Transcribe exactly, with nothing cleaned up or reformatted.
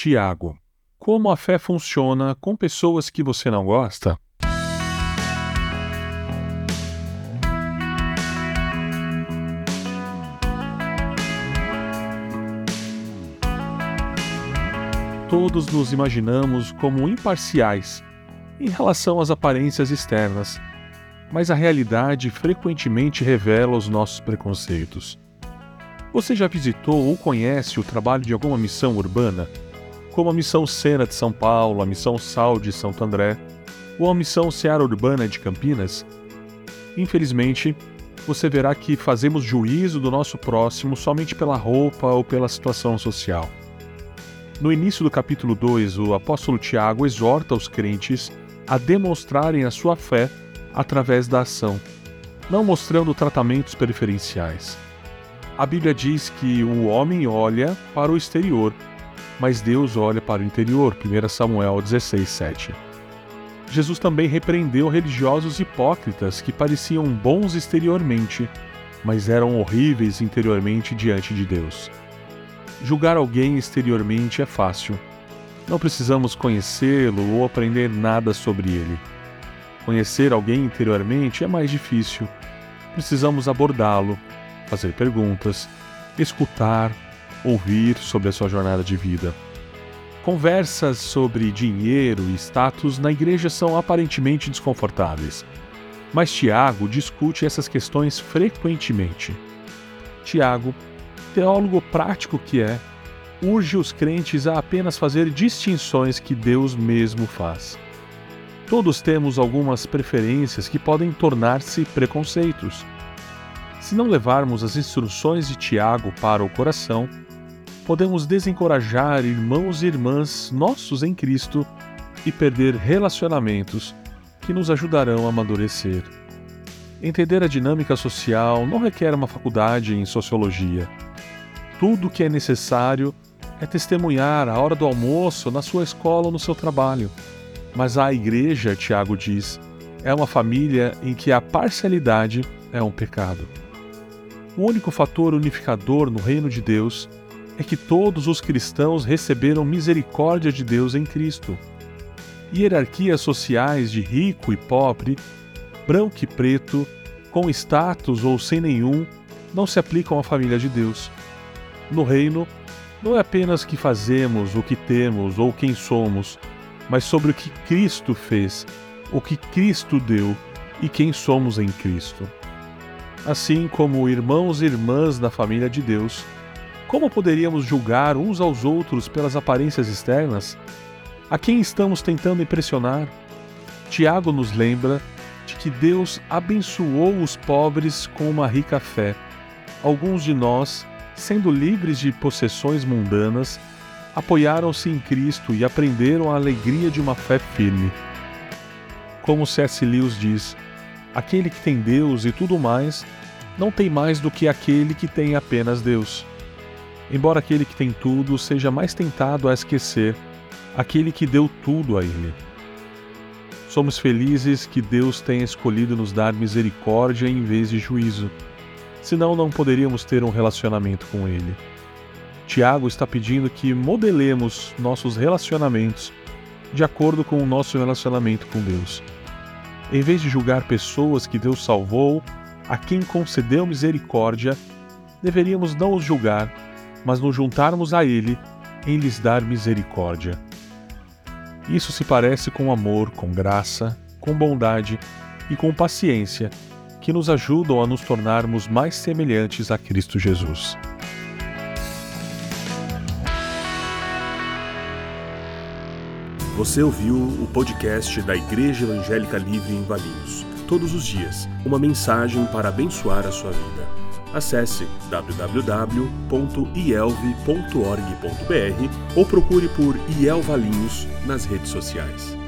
Tiago. Como a fé funciona com pessoas que você não gosta? Todos nos imaginamos como imparciais em relação às aparências externas, mas a realidade frequentemente revela os nossos preconceitos. Você já visitou ou conhece o trabalho de alguma missão urbana, como a Missão Sena de São Paulo, a Missão Sal de Santo André, ou a Missão Seara Urbana de Campinas? Infelizmente, você verá que fazemos juízo do nosso próximo somente pela roupa ou pela situação social. No início do capítulo dois, o apóstolo Tiago exorta os crentes a demonstrarem a sua fé através da ação, não mostrando tratamentos preferenciais. A Bíblia diz que o homem olha para o exterior, mas Deus olha para o interior, primeiro Samuel dezesseis, sete. Jesus também repreendeu religiosos hipócritas que pareciam bons exteriormente, mas eram horríveis interiormente diante de Deus. Julgar alguém exteriormente é fácil. Não precisamos conhecê-lo ou aprender nada sobre ele. Conhecer alguém interiormente é mais difícil. Precisamos abordá-lo, fazer perguntas, escutar, ouvir sobre a sua jornada de vida. Conversas sobre dinheiro e status na igreja são aparentemente desconfortáveis, mas Tiago discute essas questões frequentemente. Tiago, teólogo prático que é, urge os crentes a apenas fazer distinções que Deus mesmo faz. Todos temos algumas preferências que podem tornar-se preconceitos. Se não levarmos as instruções de Tiago para o coração, podemos desencorajar irmãos e irmãs nossos em Cristo e perder relacionamentos que nos ajudarão a amadurecer. Entender a dinâmica social não requer uma faculdade em sociologia. Tudo o que é necessário é testemunhar a hora do almoço na sua escola ou no seu trabalho. Mas a igreja, Tiago diz, é uma família em que a parcialidade é um pecado. O único fator unificador no reino de Deus é que todos os cristãos receberam misericórdia de Deus em Cristo. Hierarquias sociais de rico e pobre, branco e preto, com status ou sem nenhum, não se aplicam à família de Deus. No reino, não é apenas o que fazemos, o que temos ou quem somos, mas sobre o que Cristo fez, o que Cristo deu e quem somos em Cristo. Assim como irmãos e irmãs da família de Deus, como poderíamos julgar uns aos outros pelas aparências externas? A quem estamos tentando impressionar? Tiago nos lembra de que Deus abençoou os pobres com uma rica fé. Alguns de nós, sendo livres de possessões mundanas, apoiaram-se em Cristo e aprenderam a alegria de uma fé firme. Como C S Lewis diz, aquele que tem Deus e tudo mais, não tem mais do que aquele que tem apenas Deus. Embora aquele que tem tudo seja mais tentado a esquecer aquele que deu tudo a ele. Somos felizes que Deus tenha escolhido nos dar misericórdia em vez de juízo, senão não poderíamos ter um relacionamento com ele. Tiago está pedindo que modelemos nossos relacionamentos de acordo com o nosso relacionamento com Deus. Em vez de julgar pessoas que Deus salvou, a quem concedeu misericórdia, deveríamos não os julgar, mas nos juntarmos a Ele em lhes dar misericórdia. Isso se parece com amor, com graça, com bondade e com paciência, que nos ajudam a nos tornarmos mais semelhantes a Cristo Jesus. Você ouviu o podcast da Igreja Evangélica Livre em Valinhos. Todos os dias, uma mensagem para abençoar a sua vida. Acesse w w w ponto i e l v ponto org ponto b r ou procure por I E L Valinhos nas redes sociais.